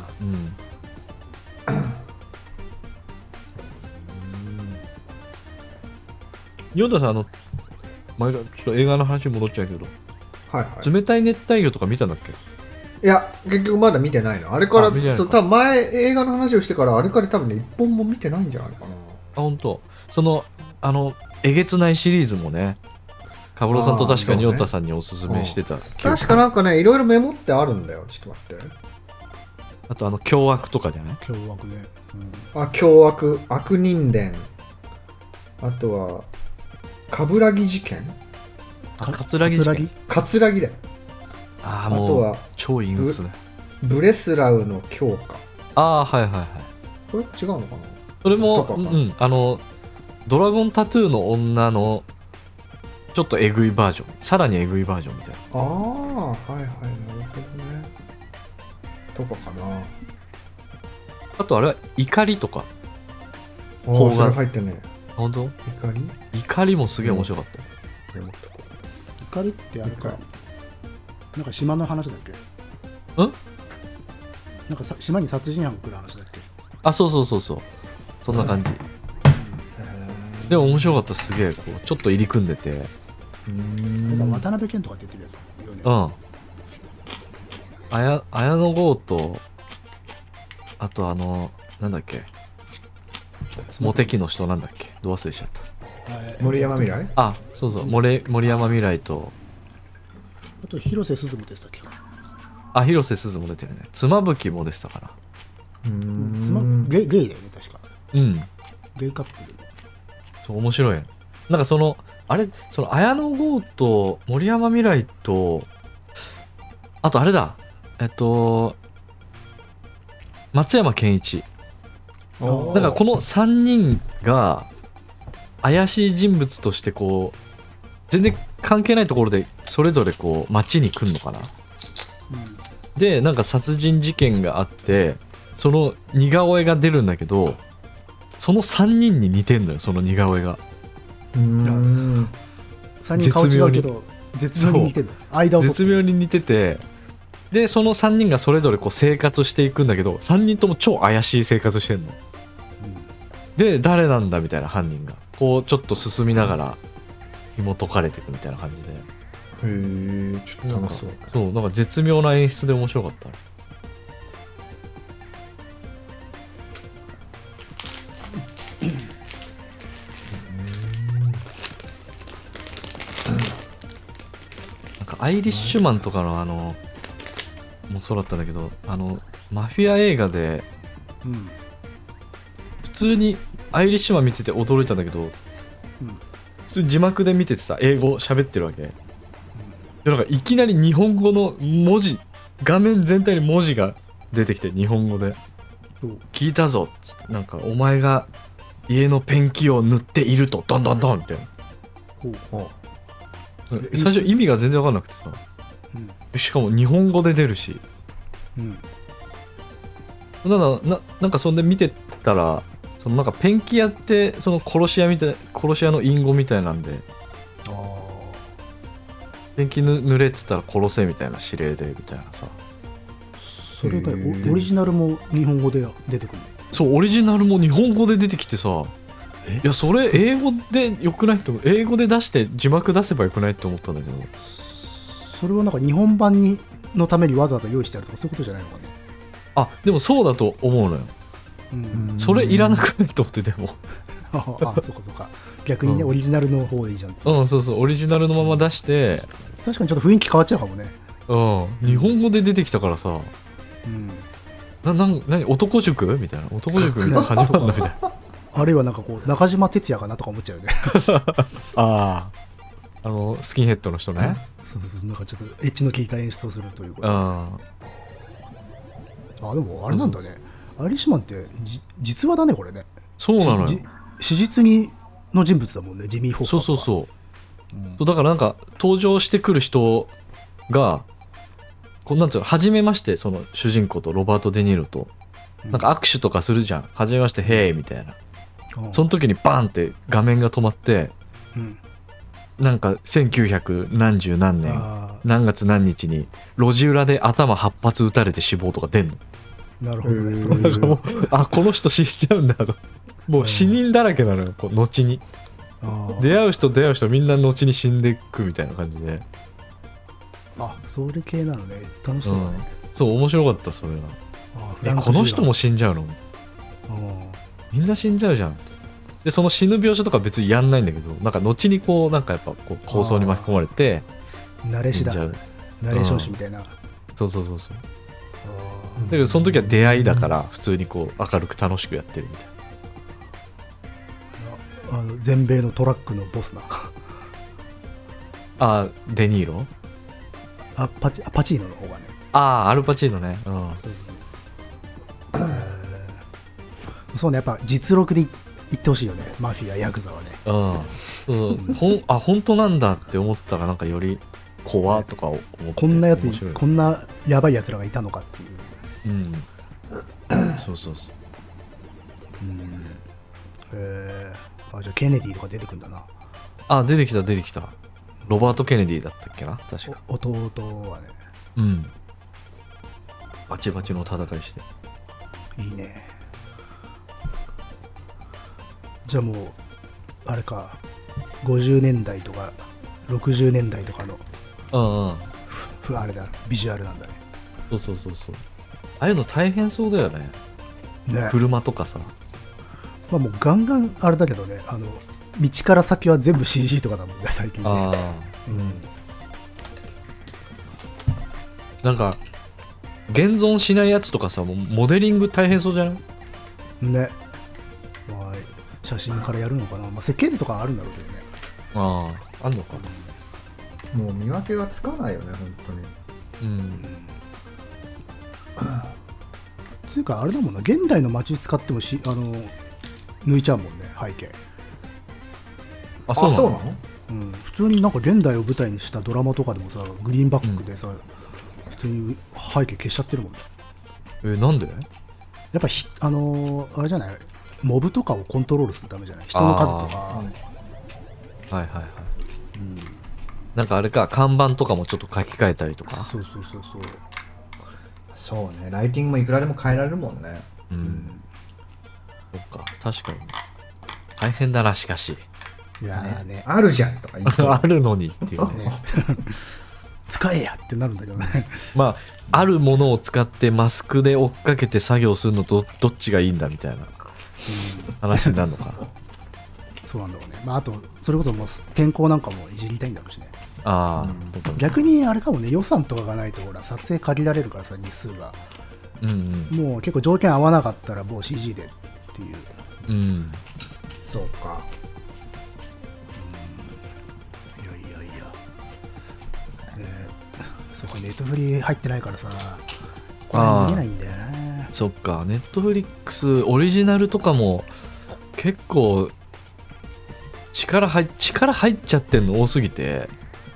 ヨダさん前がちょっと映画の話に戻っちゃうけど、 はいはい、 冷たい熱帯魚とか見たんだっけ？ いや結局まだ見てないの。あれから多分前映画の話をしてからあれから多分ね一本も見てないんじゃないかな。あ、 本当。えげつないシリーズもね、カブロさんと確かにヨタさんにおすすめしてた、 確かなんかねいろいろメモってあるんだよ。ちょっと待って。 あと凶悪とかじゃない？ 凶悪ね、 凶悪、悪人伝、あとは冠城事件、 葛城事件、 葛城だよ。 あとは超陰鬱ね。 ブレスラウの強化。 はいはいはい。 これ違うのかな。 それもドラゴンタトゥーの女のちょっとえぐいバージョン、さらにえぐいバージョンみたいな。 はいはい、なるほどね。とかかな。 あとあれは怒りとか。 それ入ってね。 本当？怒りもすげえ面白かった。 怒りってあれか、なんか島の話だっけ？ なんか島に殺人犯来る話だっけ？ そうそんな感じ。でも面白かった。すげえこうちょっと入り組んでて。 渡辺謙とか出てるやつよね。 綾野剛とあとなんだっけ、モテキの人なんだっけ、ど忘れしちゃった。 森山未来？ そう森山未来と、 あと広瀬すずも出てたっけ？ 広瀬すずも出てるね。妻夫木も出てたから。 ゲイだよね確か。ゲイカップル。 そう面白い。なんか綾野剛と森山未来と、あとあれだ、松山ケンイチ。なんかこの3人が怪しい人物としてこう全然関係ないところでそれぞれこう街に来るのかな、でなんか殺人事件があってその似顔絵が出るんだけど、その3人に似てんのよ、その似顔絵が。 3人顔違うけど絶妙に似てる。 絶妙に似てて、でその3人がそれぞれこう生活していくんだけど、3人とも超怪しい生活してんの、で誰なんだみたいな犯人がこうちょっと進みながら紐解かれていくみたいな感じで。 ちょっと楽しそう。 そうなんか絶妙な演出で面白かった。なんかアイリッシュマンとかのもそうだったんだけど、マフィア映画で、普通にアイリッシュマン見てて驚いたんだけど、普通に字幕で見ててさ、英語喋ってるわけ、でなんかいきなり日本語の文字、画面全体に文字が出てきて日本語で、聞いたぞっつって、なんかお前が家のペンキを塗っているとドンドンドンみたいな。最初意味が全然分かんなくてさ、しかも日本語で出るし、なんかそんで見てたら、そのなんかペンキ屋ってその殺し屋の隠語みたいなんで、ペンキ塗れって言ったら殺せみたいな指令でみたいなさ。 それがオリジナルも日本語で出てくるの？ そう、オリジナルも日本語で出てきてさ、いやそれ英語でよくないと思う。英語で出して字幕出せばよくないって思ったんだけど、 それはなんか日本版のためにわざわざ用意してあるとかそういうことじゃないのかね。 でもそうだと思うのよ。それいらなくないと思って。でもそうか逆にね、オリジナルの方でいいじゃん。 そうオリジナルのまま出して、 確かにちょっと雰囲気変わっちゃうかもね。 日本語で出てきたからさ、何男塾みたいな、男塾みたいな始まるんだみたいな。 あるいはなんかこう中島哲也かなとか思っちゃうよねああスキンヘッドの人ね。 そうなんかちょっとエッジの効いた演出をするということ。でもあれなんだね、アイリッシュマンって実話だねこれね。 そうなのよ。 史実にの人物だもんね、ジミー・フォッカー。 そう、だからなんか登場してくる人がこうなんつうの、初めましてその主人公とロバート・デ・ニーロとなんか握手とかするじゃん、初めましてヘイみたいな、その時にバーンって画面が止まって、なんか1900何十何年何月何日に路地裏で頭8発撃たれて死亡とか出んの。 なるほどね。 もうこの人死んじゃうんだと、もう死人だらけなのよ、こう後に出会う人みんな後に死んでいくみたいな感じで。 それ系なのね。楽しそうだね。 そう面白かったそれが。この人も死んじゃうの、みんな死んじゃうじゃん。でその死ぬ描写とか別にやんないんだけど、なんか後にこうなんかやっぱこう構想に巻き込まれてナレーション誌みたいな。 そうだけどその時は出会いだから普通にこう明るく楽しくやってるみたいな。 全米のトラックのボスなデニーロ、 パチーノの方がね。 アルパチーノね。 そうね、やっぱ実録で言ってほしいよね、マフィアヤクザはね。 本当なんだって思ったらなんかより怖とか思って、 こんなやつ、こんなやばいやつらがいたのかっていう。 そうじゃあケネディとか出てくんだな。 出てきたロバート・ケネディだったっけな、確か。 弟はね。 バチバチの戦いしていいね。じゃあもうあれか、50年代とか60年代とかのあれだ、ビジュアルなんだね。 そうああいうの大変そうだよね。車とかさ、 もうガンガンあれだけどね、道から先は全部 CG とかだもんね最近ね。 なんか現存しないやつとかさ、もうモデリング大変そうじゃないね。写真からやるのかな、設計図とかあるんだろうけどね。 あんのかな。もう見分けがつかないよね本当に。 つうかあれだもんな、現代の街使っても抜いちゃうもんね、背景。 そうなの？ 普通になんか現代を舞台にしたドラマとかでもさ、グリーンバックでさ、普通に背景消しちゃってるもんね。 なんで？ やっぱあれじゃない、モブとかをコントロールするためじゃない、人の数とか。 なんかあれか、看板とかもちょっと書き換えたりとか。 そうね、ライティングもいくらでも変えられるもんね。 そっか、確かに大変だな。しかしいやね、 あるじゃんとか言ってあるのにっていうね使えやってなるんだけどね。 あるものを使ってマスクで追っかけて作業するのとどっちがいいんだみたいな話になるのかな。 そうなんだろうね。あとそれこそもう天候なんかもいじりたいんだろうしね。逆にあれかもね、予算とかがないとほら撮影限られるからさ、日数が、もう結構条件合わなかったらもう CG でっていう。 そうか。 そうか、ネットフリ入ってないからさ、これ見れないんだよな。 そっか、ネットフリックスオリジナルとかも結構力入っちゃってんの多すぎて、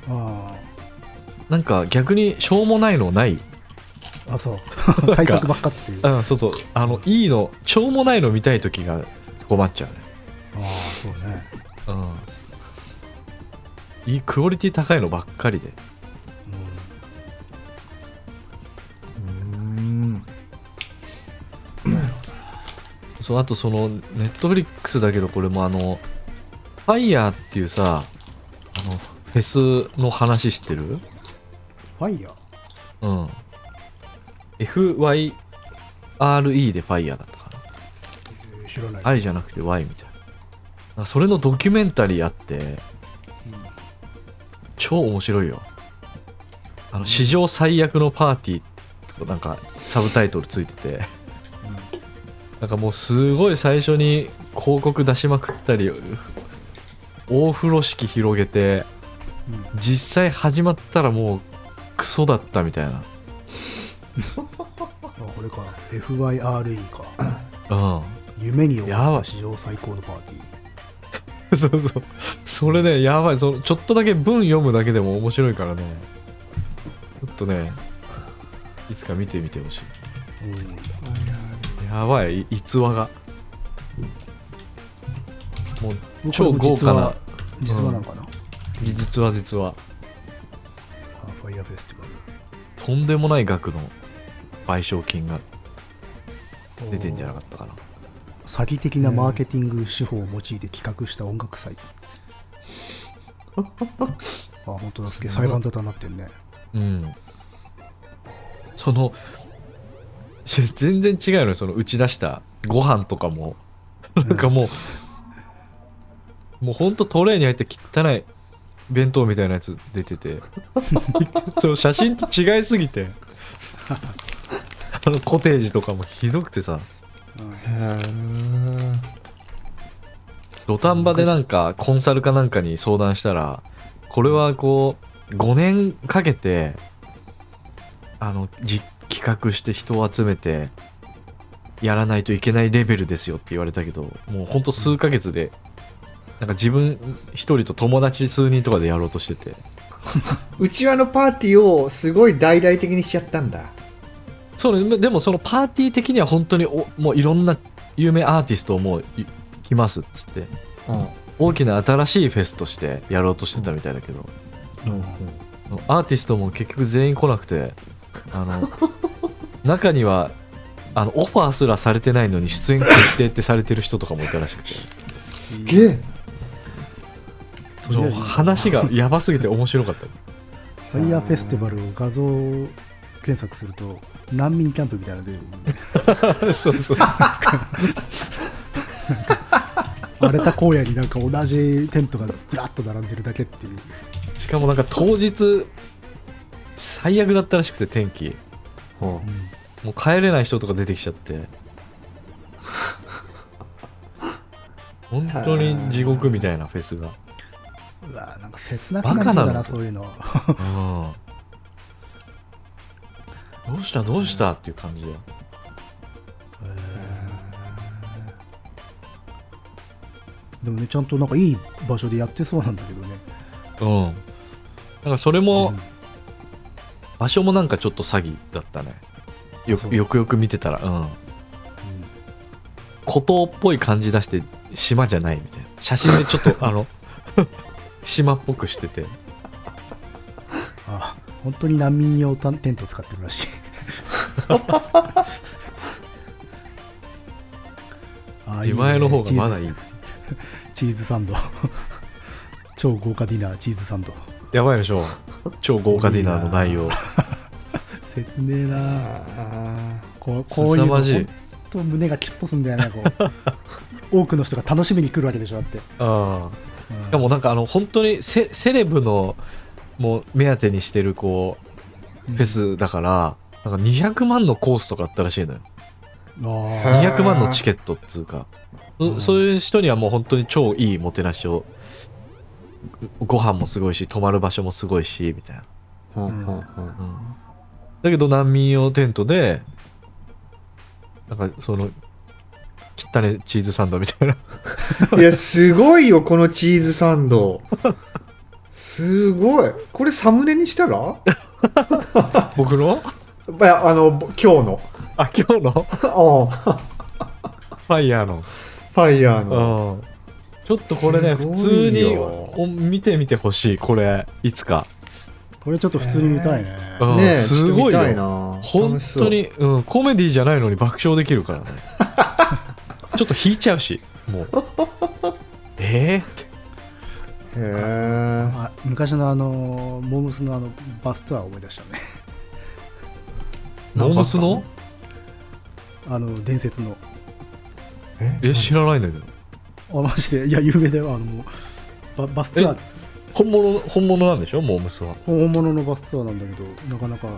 なんか逆にしょうもないのない。 そう対策ばっかっていう。 そういいのしょうもないの見たいときが困っちゃうね。 そうね。 いいクオリティ高いのばっかりで。あとそのネットフリックスだけど、これもファイヤーっていうさ、フェスの話知ってる？ ファイヤー？FYRE でファイヤーだったかな。 知らない。 I じゃなくて Y みたいな。それのドキュメンタリーあって、超面白いよ。史上最悪のパーティーとかなんかサブタイトルついてて、なんかもうすごい最初に広告出しまくったり大風呂敷広げて、実際始まったらもうクソだったみたいなこれか FYRE か、夢に終わった史上最高のパーティーそうそう、それねやばい、ちょっとだけ文読むだけでも面白いからね、ちょっとねいつか見てみてほしい。やばい、逸話がもう超豪華な実話なのかな、 実話ファイヤーフェスティバル、 とんでもない額の賠償金が出てんじゃなかったかな。 詐欺的なマーケティング手法を用いて企画した音楽祭本当だ、すげえ裁判沙汰になってるね。 その全然違うのよ、その打ち出したご飯とかもなんかもうほんとトレーに入って汚い弁当みたいなやつ出ててその写真と違いすぎてコテージとかもひどくてさ、土壇場でなんかコンサルかなんかに相談したら、これはこう5年かけて企画して人を集めてやらないといけないレベルですよって言われたけど、もうほんと数ヶ月でなんか自分一人と友達数人とかでやろうとしててうちわのパーティーをすごい大々的にしちゃったんだ。 そうでもそのパーティー的には本当にもういろんな有名アーティストをもう来ますっつって、大きな新しいフェスとしてやろうとしてたみたいだけど、アーティストも結局全員来なくて、中にはオファーすらされてないのに出演決定ってされてる人とかもいたらしくて、 すげえ話がやばすぎて面白かった。 ファイヤーフェスティバルを画像検索すると難民キャンプみたいなの出るもんねそうそう荒れた荒野になんか同じテントがずらっと並んでるだけっていう。 しかもなんか当日最悪だったらしくて、天気、もう帰れない人とか出てきちゃって本当に地獄みたいなフェスが。 うわ、なんか切なくなっちゃうな、そういうのどうしたっていう感じだよ。 でもね、ちゃんとなんかいい場所でやってそうなんだけどね。 なんかそれも、場所もなんかちょっと詐欺だったね。よくよく見てたら、孤島っぽい感じ出して島じゃないみたいな、写真でちょっと島っぽくしてて、 本当に難民用テントを使ってるらしい自前の方がまだいい。 チーズサンド超豪華ディナーチーズサンドやばいでしょ、超豪華ディナーの内容切ねえな。こういうの本当胸がキュッとすんだよね。こう多くの人が楽しみに来るわけでしょ、だって。しかもなんか本当にセレブのもう目当てにしてるこうフェスだから、なんか200万のコースとかあったらしいのよ。200万のチケットっつうか、そういう人にはもう本当に超いいもてなしを、ご飯もすごいし泊まる場所もすごいしみたいな、だけど難民用テントでなんかその汚ねチーズサンドみたいないやすごいよこのチーズサンドすごい。これサムネにしたら僕の今日の今日のファイヤーのちょっとこれね普通に見てみてほしい。これいつかこれちょっと普通に見たいね。 ね、 すごいよな本当に、コメディじゃないのに爆笑できるからねちょっと引いちゃうし、もうって昔のモームスのバスツアーを思い出したねモームスの伝説の知らないんだけど。 マジで、いや有名だよ。バスツアー本物なんでしょ、モームスは。 本物のバスツアーなんだけど、なかなか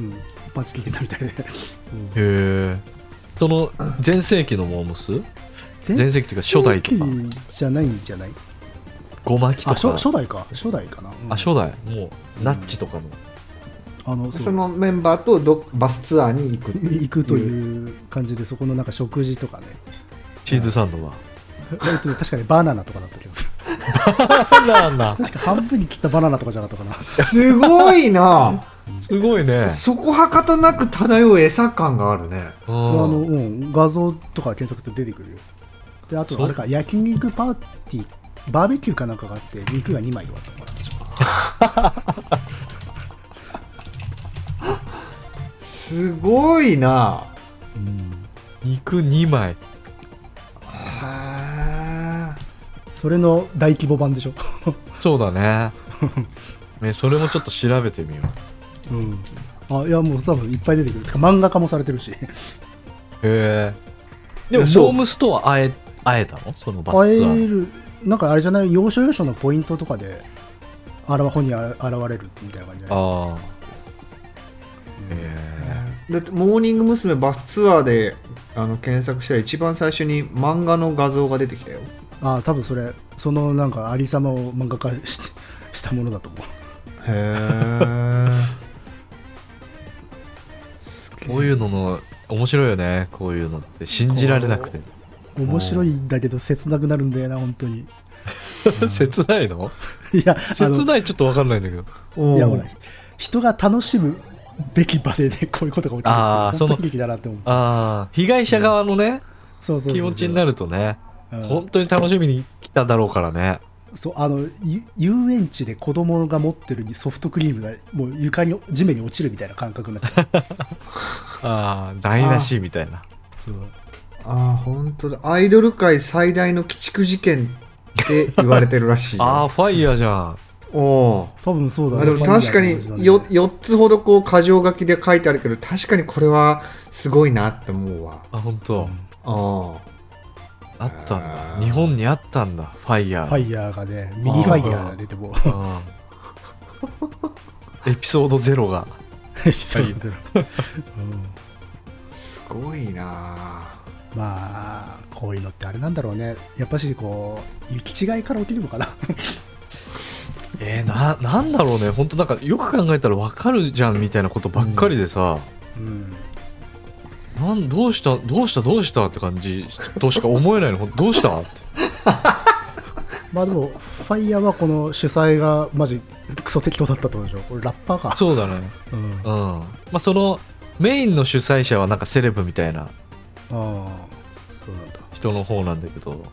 パンチ効いてたみたいでへえ。その前世紀のモームス？ 全盛期っていうか初代とかじゃないんじゃない？ ゴマキとか。 初代かな、 初代もうナッチとかの、 そのメンバーとバスツアーに行くという感じで、そこのなんか食事とかね、 チーズサンドは確かにバナナとかだった気がする。 バナナ確か半分に切ったバナナとかじゃなかったかな。 すごいなすごいね。 そこはかとなく漂う餌感があるね。 画像とか検索って出てくるよ。であとあれか、焼肉パーティーバーベキューかなんかがあって肉が2枚とかだったのかな。 すごいな、 肉2枚。 それの大規模版でしょ。 そうだね。それもちょっと調べてみよう。いやもう多分いっぱい出てくる。てか漫画化もされてるし。 へえ。でもモームスとは会えたの？そのバスツアー。会える。 なんかあれじゃない、要所要所のポイントとかで本に現れるみたいな感じじゃない？ だってモーニング娘。バスツアーで検索したら一番最初に漫画の画像が出てきたよ。 多分そのなんかありさまを漫画化したものだと思う。 へえ。 こういうのの面白いよね。こういうのって信じられなくて面白いんだけど切なくなるんだよな本当に。 切ないの？ いや切ないちょっと分かんないんだけど。 いやほら人が楽しむべき場でねこういうことが起きるって本当に劇だなって思う。 被害者側のね、気持ちになるとね、本当に楽しみに来ただろうからね。 遊園地で子供が持ってるソフトクリームがもう地面に落ちるみたいな感覚になって台無しみたいな。 そう。 本当だ。アイドル界最大の鬼畜事件って言われてるらしい。 ファイヤーじゃん。 多分そうだね。 でも確かに4つほどこう箇条書きで書いてあるけど、確かにこれはすごいなって思うわ。 本当。あったんだ。日本にあったんだ。ファイヤーがね、ミニファイヤーが出てもエピソード0がすごいな。 こういうのってあれなんだろうね。やっぱしこう行き違いから起きるのかな。 なんだろうね。本当なんかよく考えたら分かるじゃんみたいなことばっかりでさ、どうしたって感じとしか思えないの。どうしたって。 でもファイヤーはこの主催がマジクソ適当だったってことでしょ。これラッパーか。 そうだね。そのメインの主催者はなんかセレブみたいな人の方なんだけど、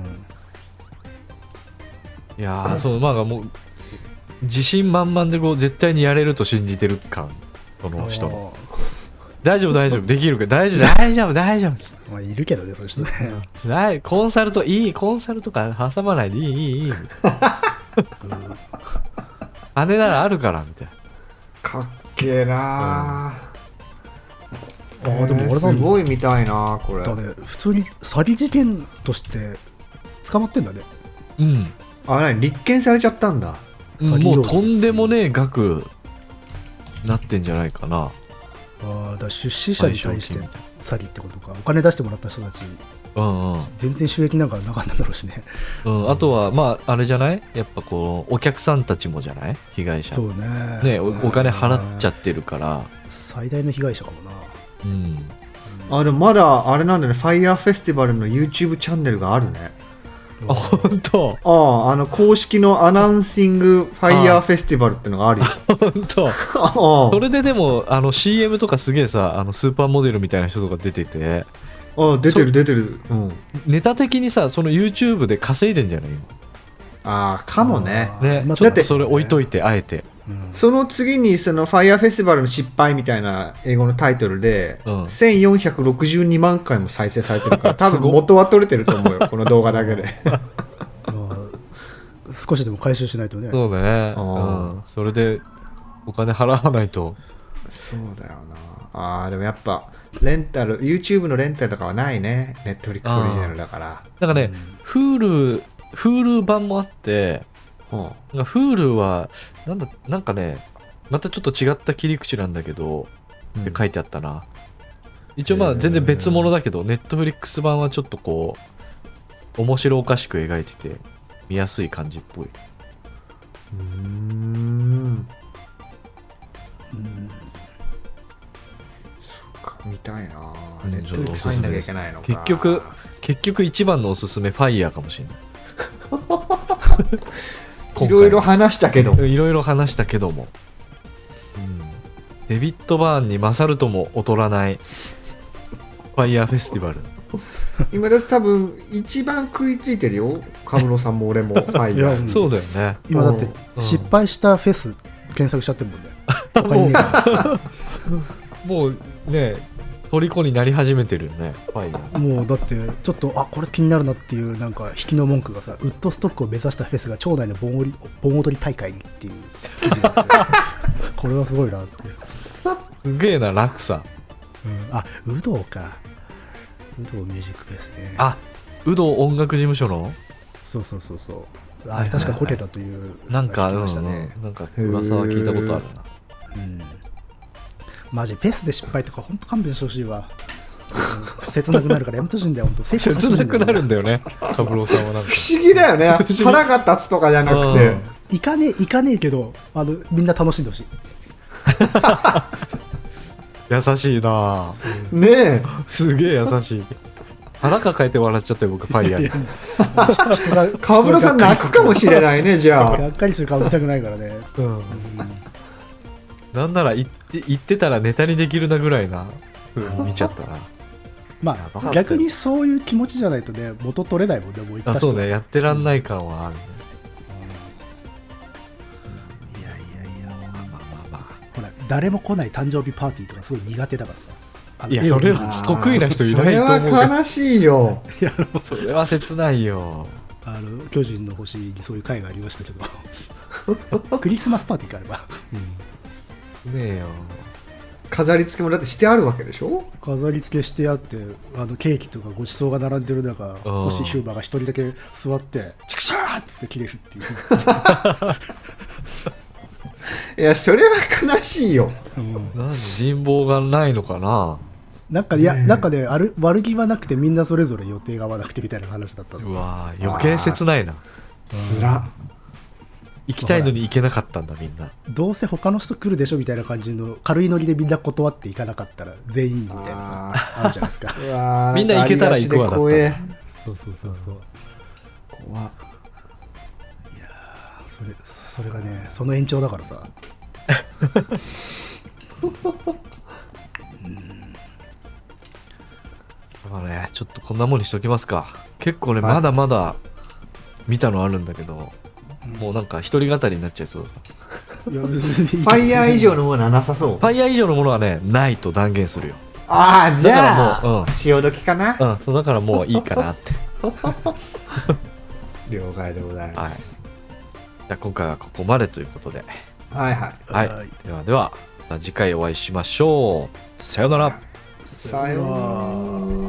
いやもう自信満々でこう絶対にやれると信じてる感、この人の。大丈夫できるから大丈夫いるけどね、そういう人ね。 コンサルとか挟まないでいい金ならあるからみたいな。 かっけえな。 でも俺すごい見たいなこれ。 だね、普通に詐欺事件として捕まってんだね。 立件されちゃったんだ。 もうとんでもねえ額なってんじゃないかな。 だ出資者に対して詐欺ってことか。お金出してもらった人たち、全然収益なんかなかったんだろうしね。 あとはあれじゃない、やっぱこうお客さんたちもじゃない、被害者。 そうね。 お金払っちゃってるから最大の被害者かもな。でもまだあれなんだね。ファイヤーフェスティバルの YouTube チャンネルがあるね。 本当。 公式のアナウンシングファイヤーフェスティバルってのがあるよ。 本当。それででもCM とかすげえさ、スーパーモデルみたいな人とか出てて。 出てる。 ネタ的にさ、その YouTube で稼いでんじゃない今。 かもね。 ちょっとそれ置いといて、あえて。 その次にそのファイヤーフェスティバルの失敗みたいな英語のタイトルで、1462万回も再生されてるから、多分元は取れてると思うよ。この動画だけで。 少しでも回収しないとね。 そうね。それでお金払わないと。 そうだよな。でもやっぱレンタル YouTube のレンタルとかはないね。Netflix オリジナルだから。 なんかね、Hulu 版もあって、Hulu はなんかね、またちょっと違った切り口なんだけど、って書いてあったな。一応全然別物だけど、Netflix 版はちょっとこ面白おかしく描いてて見やすい感じっぽい。 そうか、見たいな。ネットで見なきゃいけないのか。 結局一番のおすすめファイヤーかもしれない。 いろいろ話したけども、 デビッド・バーンに勝るとも劣らないファイヤーフェスティバル。 今だって多分一番食いついてるよ、カムロさんも俺もファイヤー。 そうだよね。 今だって失敗したフェス検索しちゃってるもんね。他にねもうね、虜になり始めてるよね、ファイヤー。 もうだってちょっとこれ気になるなっていうなんか引きの文句がさ、ウッドストックを目指したフェスが町内の盆踊り大会にっていう記事があってこれはすごいなって。 すげえな、落差。 ウドか。ウドミュージックフェスね。 ウド音楽事務所の。 そう。確かこけたというなんか噂は聞いたことあるな。 マジフェスで失敗とか本当勘弁してほしいわ。切なくなるからやめてほしいんだよ。本当切なくなるんだよね、三郎さんは。なんか不思議だよね。腹が立つとかじゃなくて、 行かねえけどみんな楽しんでほしい。 優しいなねえ、 すげえ優しい。腹抱えて笑っちゃって僕ファイヤー。 川村さん泣くかもしれないね。じゃあがっかりする顔見たくないからね。 なんなら言ってたらネタにできるなぐらいな見ちゃったな。 まあ逆にそういう気持ちじゃないとね、元取れないもんね。もう言った人は。 そうね、やってらんない感はあるね。 ほら誰も来ない誕生日パーティーとかすごい苦手だからさ。 いやそれは得意な人いないと思うけど。 それは悲しいよ。 いやそれは切ないよ。 巨人の星にそういう会がありましたけどクリスマスパーティーがあればねえよ。 飾り付けもだってしてあるわけでしょ。 飾り付けしてあってケーキとかごちそうが並んでる中、星ヒューマが一人だけ座ってチクシャーっつって切れるっていういやそれは悲しいよ。 なんで人望がないのかな。 なんかね悪気はなくてみんなそれぞれ予定が合わなくてみたいな話だったの。 うわ余計切ないな。 つら。 行きたいのに行けなかったんだみんな。 どうせ他の人来るでしょみたいな感じの軽いノリでみんな断っていかなかったら全員みたいなさあるじゃないですか。 みんな行けたら行くわだった。 そう怖っ。いやそれがねその延長だからさだからね、ちょっとこんなもんにしときますか。結構ねまだまだ見たのあるんだけど、もうなんか一人語りになっちゃいそう。 いや別にファイヤー以上のものはなさそう。 ファイヤー以上のものはねないと断言するよ。 じゃあもう、潮時かな。 そうだからもういいかなって了解でございます。 じゃあ今回はここまでということで、ではまた次回お会いしましょう。さよなら。 さようなら。